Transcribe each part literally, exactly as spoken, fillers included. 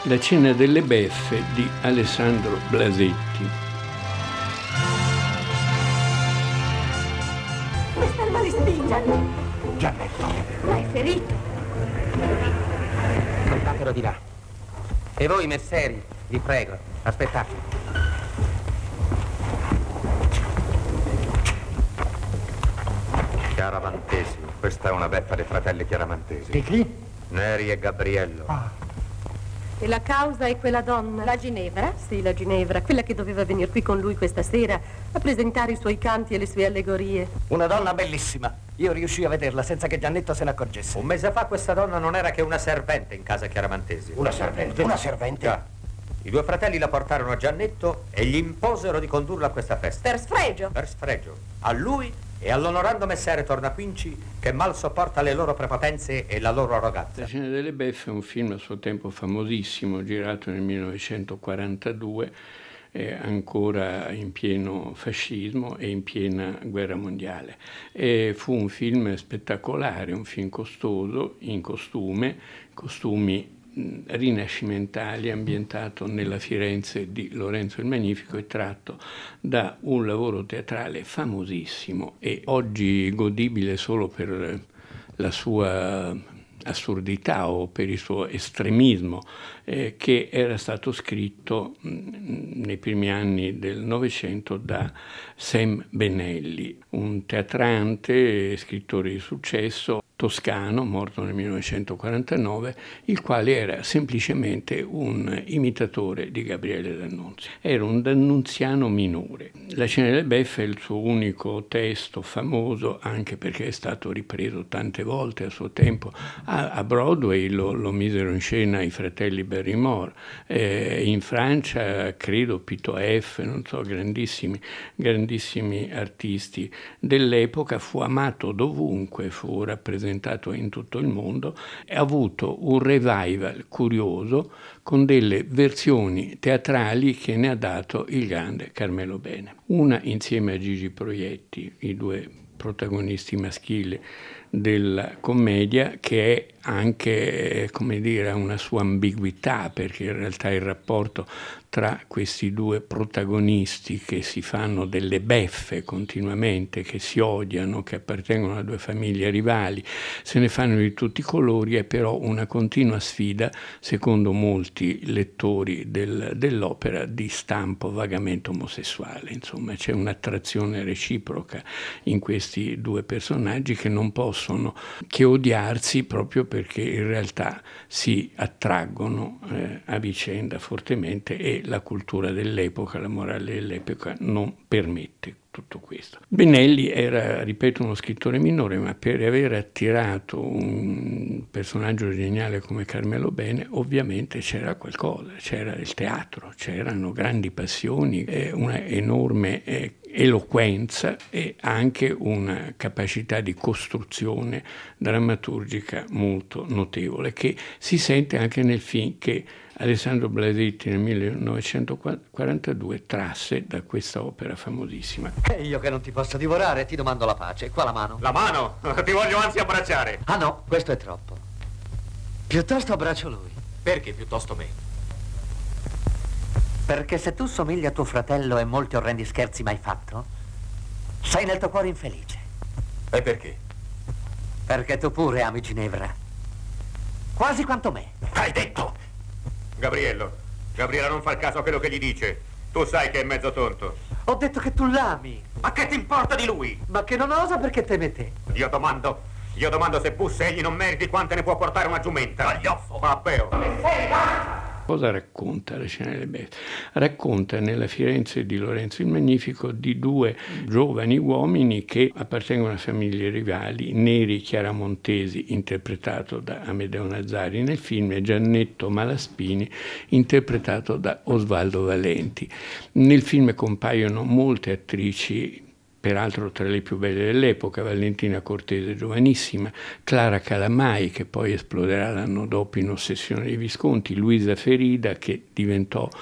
La cena delle beffe di Alessandro Blasetti. Questa arma di spinga! Giannetto! L'hai ferito! Portatelo di là. E voi, messeri, vi prego, aspettate. Chiaramantesi, questa è una beffa dei fratelli Chiaramantesi. Di chi? Neri e Gabriello. Ah. E la causa è quella donna? La Ginevra? Sì, la Ginevra, quella che doveva venire qui con lui questa sera a presentare i suoi canti e le sue allegorie. Una donna bellissima. Io riuscii a vederla senza che Giannetto se ne accorgesse. Un mese fa questa donna non era che una servente in casa Chiaramantesi. Una servente? Una servente? Già. I due fratelli la portarono a Giannetto e gli imposero di condurla a questa festa. Per sfregio? Per sfregio. A lui e all'onorando messere Tornaquinci, che mal sopporta le loro prepotenze e la loro arroganza. La cena delle beffe è un film a suo tempo famosissimo, girato nel millenovecentoquarantadue, eh, ancora in pieno fascismo e in piena guerra mondiale. E fu un film spettacolare, un film costoso, in costume, costumi rinascimentali, ambientato nella Firenze di Lorenzo il Magnifico e tratto da un lavoro teatrale famosissimo e oggi godibile solo per la sua assurdità o per il suo estremismo, eh, che era stato scritto mh, nei primi anni del Novecento da Sam Benelli, un teatrante, scrittore di successo, toscano, morto nel millenovecentoquarantanove, il quale era semplicemente un imitatore di Gabriele D'Annunzio. Era un d'annunziano minore. La cena delle beffe è il suo unico testo famoso, anche perché è stato ripreso tante volte a suo tempo. A, a Broadway lo, lo misero in scena i fratelli Barrymore, eh, in Francia credo Pito F, non so, grandissimi, grandissimi artisti dell'epoca, fu amato dovunque, fu rappresentato in tutto il mondo, ha avuto un revival curioso con delle versioni teatrali che ne ha dato il grande Carmelo Bene. Una insieme a Gigi Proietti, i due protagonisti maschili della commedia, che è anche, come dire, una sua ambiguità, perché in realtà il rapporto tra questi due protagonisti che si fanno delle beffe continuamente, che si odiano, che appartengono a due famiglie rivali, se ne fanno di tutti i colori, è però una continua sfida, secondo molti lettori del, dell'opera, di stampo vagamente omosessuale. Insomma, c'è un'attrazione reciproca in questi due personaggi che non possono che odiarsi proprio perché in realtà si attraggono eh, a vicenda fortemente e la cultura dell'epoca, la morale dell'epoca non permette tutto questo. Benelli era, ripeto, uno scrittore minore, ma per aver attirato un personaggio geniale come Carmelo Bene ovviamente c'era qualcosa, c'era il teatro, c'erano grandi passioni, eh, una enorme eh, eloquenza e anche una capacità di costruzione drammaturgica molto notevole, che si sente anche nel film che Alessandro Blasetti nel millenovecentoquarantadue trasse da questa opera famosissima. E io che non ti posso divorare, ti domando la pace. Qua la mano. La mano? Ti voglio anzi abbracciare. Ah no, questo è troppo. Piuttosto abbraccio lui. Perché piuttosto me? Perché se tu somigli a tuo fratello e molti orrendi scherzi mai fatto, sei nel tuo cuore infelice. E perché? Perché tu pure ami Ginevra. Quasi quanto me. Hai detto? Gabriello, Gabriella non fa il caso a quello che gli dice. Tu sai che è mezzo tonto. Ho detto che tu l'ami. Ma che ti importa di lui? Ma che non osa perché teme te. Io domando, io domando se bussa egli non meriti quante ne può portare una giumenta. Taglioffo. Mappeo. Cosa racconta la cena delle beffe? Racconta nella Firenze di Lorenzo il Magnifico di due giovani uomini che appartengono a famiglie rivali, Neri Chiaramontesi, interpretato da Amedeo Nazzari nel film, e Giannetto Malaspini, interpretato da Osvaldo Valenti. Nel film compaiono molte attrici, peraltro tra le più belle dell'epoca: Valentina Cortese, giovanissima, Clara Calamai, che poi esploderà l'anno dopo in Ossessione dei Visconti, Luisa Ferida, che diventò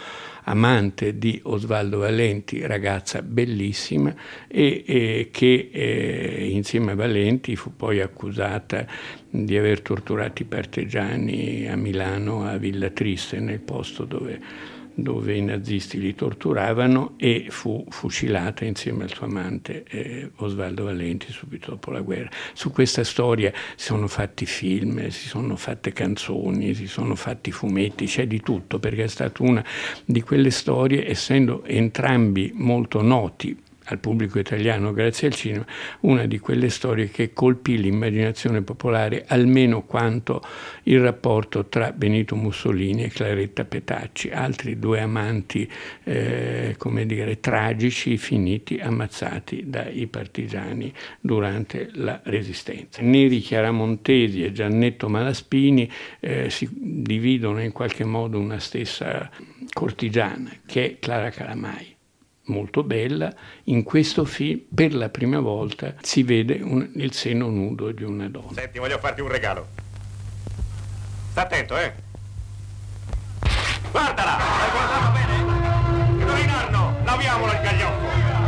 amante di Osvaldo Valenti, ragazza bellissima, e, e che eh, insieme a Valenti fu poi accusata di aver torturato i partigiani a Milano, a Villa Triste, nel posto dove dove i nazisti li torturavano, e fu fucilata insieme al suo amante eh, Osvaldo Valenti subito dopo la guerra. Su questa storia si sono fatti film, si sono fatte canzoni, si sono fatti fumetti, c'è di tutto, perché è stata una di quelle storie, essendo entrambi molto noti al pubblico italiano grazie al cinema, una di quelle storie che colpì l'immaginazione popolare almeno quanto il rapporto tra Benito Mussolini e Claretta Petacci, altri due amanti eh, come dire tragici, finiti ammazzati dai partigiani durante la Resistenza. Neri Chiaramontesi e Giannetto Malaspini eh, si dividono in qualche modo una stessa cortigiana, che è Clara Calamai, molto bella. In questo film per la prima volta si vede un, il seno nudo di una donna. Senti, voglio farti un regalo. Sta attento, eh? Guardala! L'hai guardato bene? Indovinarno! Laviamolo il gagliotto!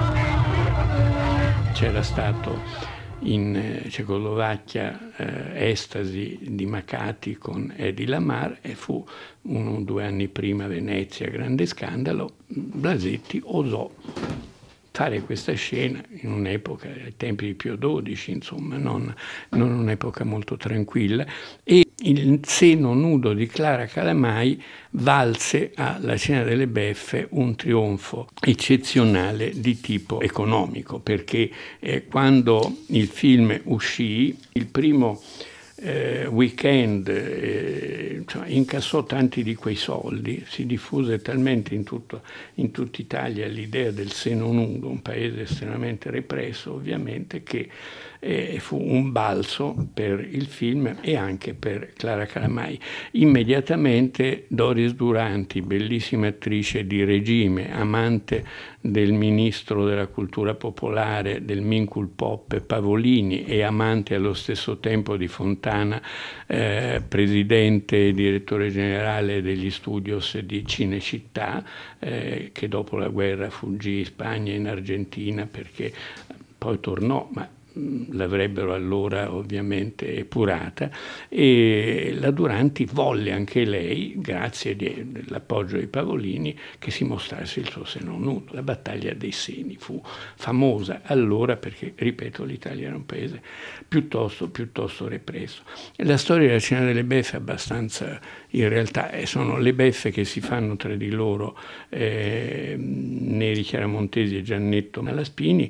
C'era stato in Cecoslovacchia eh, Estasi di Macati con Eddie Lamar, e fu uno o due anni prima a Venezia, grande scandalo. Blasetti osò fare questa scena in un'epoca, ai tempi di Pio dodici, insomma, non, non un'epoca molto tranquilla, e il seno nudo di Clara Calamai valse alla Cena delle Beffe un trionfo eccezionale di tipo economico, perché eh, quando il film uscì, il primo eh, weekend eh, cioè, incassò tanti di quei soldi, si diffuse talmente in, tutto, in tutta Italia l'idea del seno nudo, un paese estremamente represso ovviamente, che eh, fu un balzo per il film e anche per Clara Calamai. Immediatamente Doris Duranti, bellissima attrice di regime, amante del ministro della cultura popolare, del Mincul Pop Pavolini, e amante allo stesso tempo di Fontana, eh, presidente e direttore generale degli studios di Cinecittà, eh, che dopo la guerra fuggì in Spagna e in Argentina, perché poi tornò, ma l'avrebbero allora ovviamente epurata, e la Duranti volle anche lei, grazie all'appoggio dei Pavolini, che si mostrasse il suo seno nudo. La battaglia dei seni fu famosa allora perché, ripeto, l'Italia era un paese piuttosto, piuttosto represso. La storia della Cena delle Beffe è abbastanza, in realtà sono le beffe che si fanno tra di loro eh, Neri Chiaramontesi e Giannetto Malaspini,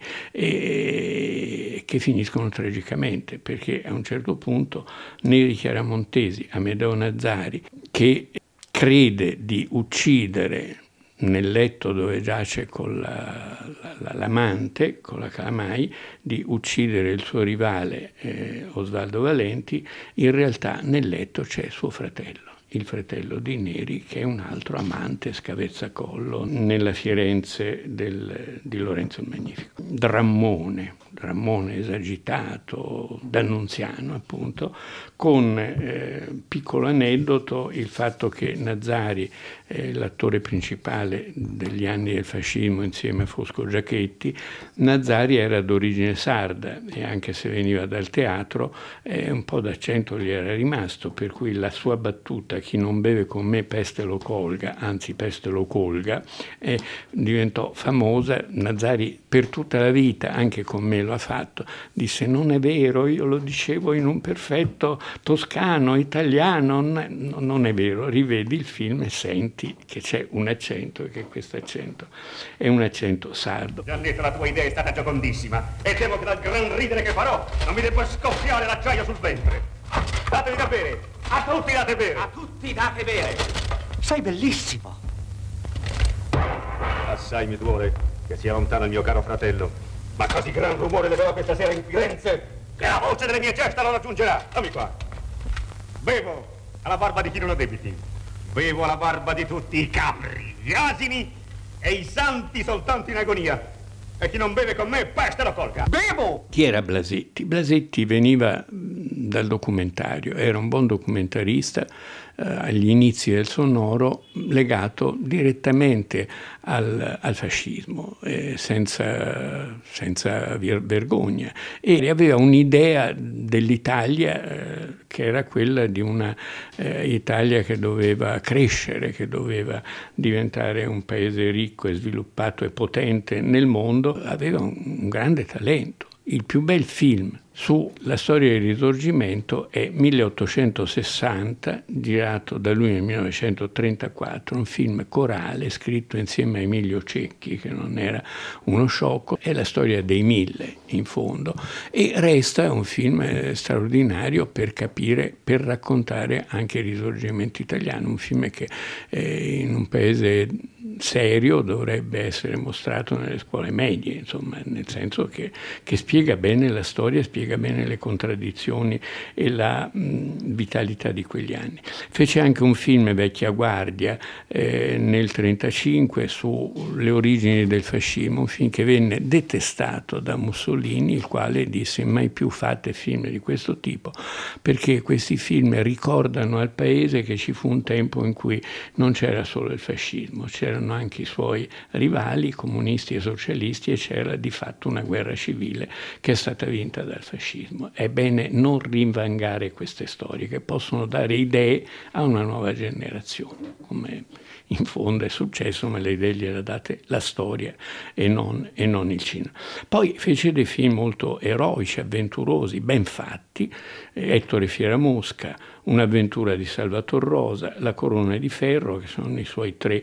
e che finiscono tragicamente, perché a un certo punto Neri Chiaramontesi, Amedeo Nazzari, che crede di uccidere nel letto dove giace con la, la, l'amante, con la Calamai, di uccidere il suo rivale eh, Osvaldo Valenti, in realtà nel letto c'è suo fratello, il fratello di Neri, che è un altro amante scavezzacollo nella Firenze del, di Lorenzo il Magnifico. Drammone, Drammone esagitato, d'Annunziano appunto, con eh, piccolo aneddoto il fatto che Nazzari, eh, l'attore principale degli anni del fascismo insieme a Fosco Giachetti, Nazzari era d'origine sarda, e anche se veniva dal teatro eh, un po' d'accento gli era rimasto, per cui la sua battuta "chi non beve con me peste lo colga", anzi peste lo colga, eh, diventò famosa. Nazzari per tutta la vita, anche con me lo ha fatto, disse: non è vero, io lo dicevo in un perfetto toscano, italiano, non è vero, rivedi il film e senti che c'è un accento, e che questo accento è un accento sardo. Giannetto, la tua idea è stata giocondissima, e temo che dal gran ridere che farò non mi debba scoppiare l'acciaio sul ventre. Datevi da bere, a tutti date bere. A tutti date bere. Sei bellissimo. Assai mi duole che sia lontano il mio caro fratello, ma così gran rumore levava questa sera in Firenze che la voce delle mie gesta lo raggiungerà. Dammi qua. Bevo alla barba di chi non ha debiti. Bevo alla barba di tutti i capri, gli asini e i santi soltanto in agonia. E chi non beve con me, peste lo colga. Bevo! Chi era Blasetti? Blasetti veniva dal documentario. Era un buon documentarista eh, agli inizi del sonoro, legato direttamente al, al fascismo, eh, senza, senza vergogna, e aveva un'idea dell'Italia eh, che era quella di una eh, Italia che doveva crescere, che doveva diventare un paese ricco e sviluppato e potente nel mondo. Aveva un, un grande talento. Il più bel film sulla storia del Risorgimento è milleottocentosessanta, girato da lui nel millenovecentotrentaquattro, un film corale scritto insieme a Emilio Cecchi, che non era uno sciocco. È la storia dei Mille, in fondo, e resta un film straordinario per capire, per raccontare anche il Risorgimento italiano, un film che eh, in un paese serio dovrebbe essere mostrato nelle scuole medie, insomma, nel senso che, che spiega bene la storia, spiega bene le contraddizioni e la mh, vitalità di quegli anni. Fece anche un film, Vecchia Guardia, eh, nel trentacinque, sulle origini del fascismo, un film che venne detestato da Mussolini, il quale disse: mai più fate film di questo tipo, perché questi film ricordano al paese che ci fu un tempo in cui non c'era solo il fascismo, c'erano anche i suoi rivali, comunisti e socialisti, e c'era di fatto una guerra civile che è stata vinta dal fascismo. È bene non rinvangare queste storie che possono dare idee a una nuova generazione, come in fondo è successo, ma le idee gliele ha date la storia e non, e non il cinema. Poi fece dei film molto eroici, avventurosi, ben fatti: Ettore Fieramosca, Un'avventura di Salvator Rosa, La corona di ferro, che sono i suoi tre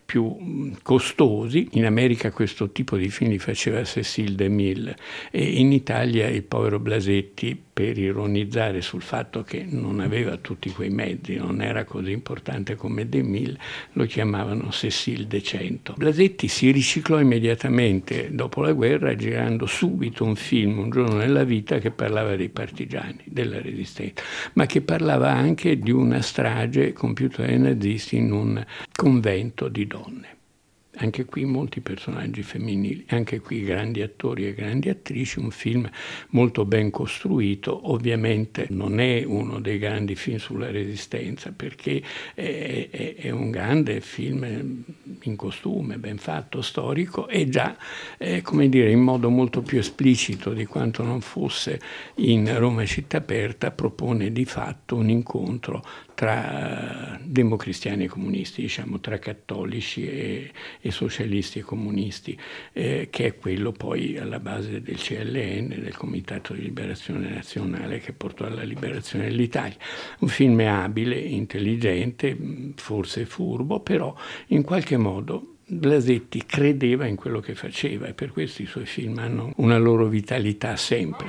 più costosi. In America questo tipo di film li faceva Cécile DeMille, e in Italia il povero Blasetti, per ironizzare sul fatto che non aveva tutti quei mezzi, non era così importante come DeMille, lo chiamavano Cécile De Cento. Blasetti si riciclò immediatamente dopo la guerra, girando subito un film, Un giorno nella vita, che parlava dei partigiani, della resistenza, ma che parlava anche di una strage compiuta dai nazisti in un convento di donne. Anche qui molti personaggi femminili, anche qui grandi attori e grandi attrici, un film molto ben costruito. Ovviamente non è uno dei grandi film sulla Resistenza, perché è, è, è un grande film in costume, ben fatto, storico, e già, eh, come dire, in modo molto più esplicito di quanto non fosse in Roma città aperta, propone di fatto un incontro tra democristiani e comunisti, diciamo tra cattolici e, e socialisti e comunisti, eh, che è quello poi alla base del C L N, del Comitato di Liberazione Nazionale, che portò alla liberazione dell'Italia. Un film abile, intelligente, forse furbo, però in qualche modo Blasetti credeva in quello che faceva, e per questo i suoi film hanno una loro vitalità sempre.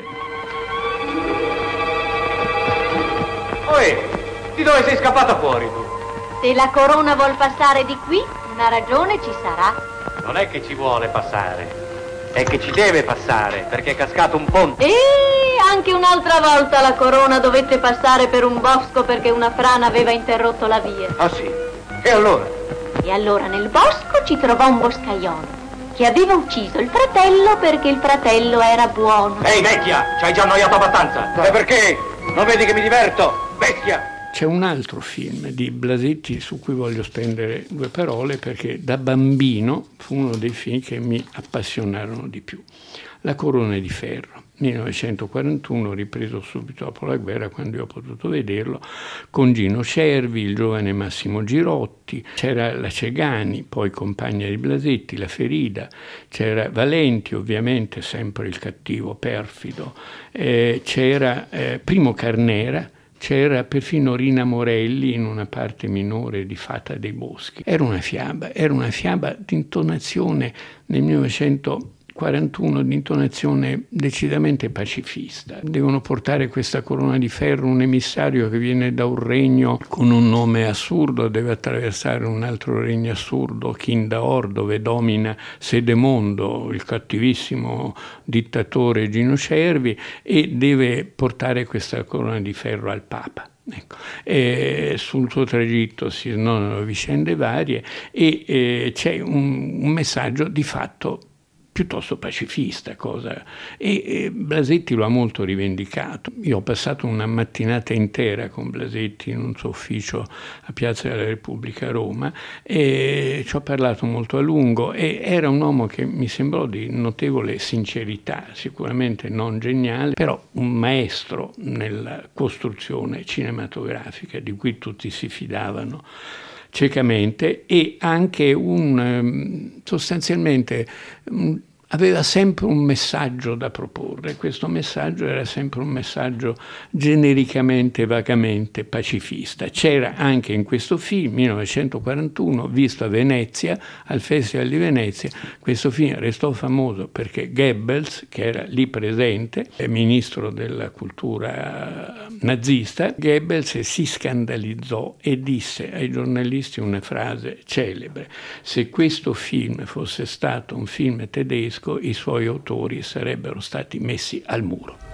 Oi! Di dove sei scappato fuori tu? Se la corona vuol passare di qui, una ragione ci sarà. Non è che ci vuole passare, è che ci deve passare, perché è cascato un ponte. E anche un'altra volta la corona dovette passare per un bosco perché una frana aveva interrotto la via. Ah sì? E allora? E allora nel bosco ci trovò un boscaiolo che aveva ucciso il fratello perché il fratello era buono. Ehi vecchia, ci hai già annoiato abbastanza. E perché? Non vedi che mi diverto, vecchia? C'è un altro film di Blasetti su cui voglio spendere due parole, perché da bambino fu uno dei film che mi appassionarono di più. La corona di ferro, millenovecentoquarantuno, ripreso subito dopo la guerra, quando io ho potuto vederlo, con Gino Cervi, il giovane Massimo Girotti, c'era la Cegani, poi compagna di Blasetti, la Ferida, c'era Valenti, ovviamente sempre il cattivo perfido, eh, c'era eh, Primo Carnera, c'era perfino Rina Morelli in una parte minore di Fata dei Boschi. Era una fiaba, era una fiaba di intonazione nel millenovecentoquarantuno, di intonazione decisamente pacifista. Devono portare questa corona di ferro un emissario che viene da un regno con un nome assurdo, deve attraversare un altro regno assurdo, Kindaor, dove domina Sedemondo, il cattivissimo dittatore Gino Cervi, e deve portare questa corona di ferro al Papa. Ecco. E sul suo tragitto si snodano vicende varie, e eh, c'è un, un messaggio di fatto piuttosto pacifista, cosa. E, e Blasetti lo ha molto rivendicato. Io ho passato una mattinata intera con Blasetti in un suo ufficio a Piazza della Repubblica a Roma e ci ho parlato molto a lungo, e era un uomo che mi sembrò di notevole sincerità, sicuramente non geniale, però un maestro nella costruzione cinematografica di cui tutti si fidavano ciecamente, e anche un sostanzialmente un, aveva sempre un messaggio da proporre. Questo messaggio era sempre un messaggio genericamente, vagamente pacifista. C'era anche in questo film, millenovecentoquarantuno, visto a Venezia, al Festival di Venezia. Questo film restò famoso perché Goebbels, che era lì presente, ministro della cultura nazista, Goebbels si scandalizzò e disse ai giornalisti una frase celebre: se questo film fosse stato un film tedesco, i suoi autori sarebbero stati messi al muro.